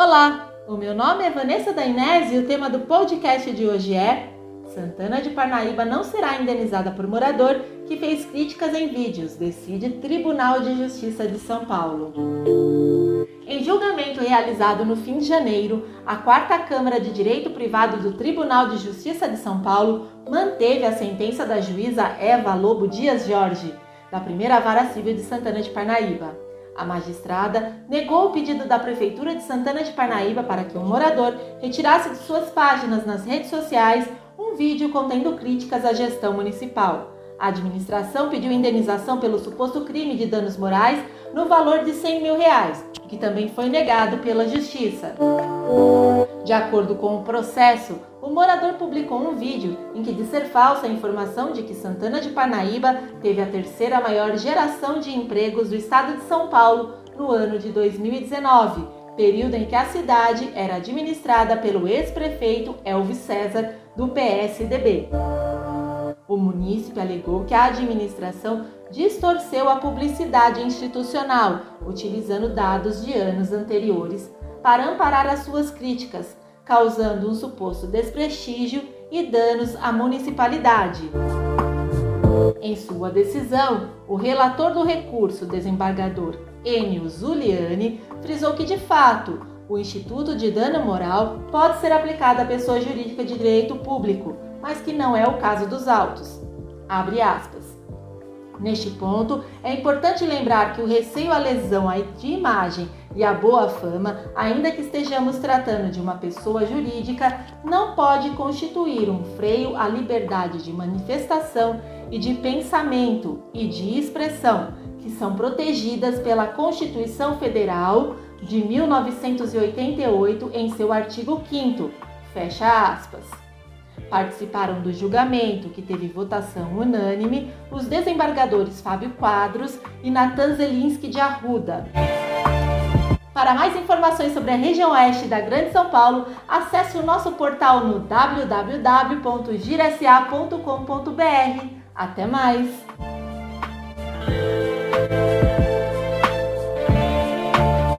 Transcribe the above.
Olá, o meu nome é Vanessa Dainese e o tema do podcast de hoje é Santana de Parnaíba não será indenizada por morador que fez críticas em vídeos, decide Tribunal de Justiça de São Paulo. Em julgamento realizado no fim de janeiro, a 4ª Câmara de Direito Privado do Tribunal de Justiça de São Paulo manteve a sentença da juíza Eva Lobo Dias Jorge, da Primeira Vara Civil de Santana de Parnaíba. A magistrada negou o pedido da Prefeitura de Santana de Parnaíba para que um morador retirasse de suas páginas nas redes sociais um vídeo contendo críticas à gestão municipal. A administração pediu indenização pelo suposto crime de danos morais no valor de R$100 mil, que também foi negado pela Justiça. De acordo com o processo, o morador publicou um vídeo em que diz ser falsa a informação de que Santana de Parnaíba teve a 3ª maior geração de empregos do estado de São Paulo no ano de 2019, período em que a cidade era administrada pelo ex-prefeito Elvis César, do PSDB. O munícipe alegou que a administração distorceu a publicidade institucional, utilizando dados de anos anteriores para amparar as suas críticas, causando um suposto desprestígio e danos à municipalidade. Em sua decisão, o relator do recurso, desembargador Enio Zuliani, frisou que, de fato, o Instituto de Dano Moral pode ser aplicado à pessoa jurídica de direito público, mas que não é o caso dos autos. Abre aspas. Neste ponto, é importante lembrar que o receio à lesão de imagem e à boa fama, ainda que estejamos tratando de uma pessoa jurídica, não pode constituir um freio à liberdade de manifestação e de pensamento e de expressão, que são protegidas pela Constituição Federal de 1988 em seu artigo 5º. Fecha aspas. Participaram do julgamento, que teve votação unânime, os desembargadores Fábio Quadros e Natan Zelinski de Arruda. Para mais informações sobre a região oeste da Grande São Paulo, acesse o nosso portal no www.girasa.com.br. Até mais!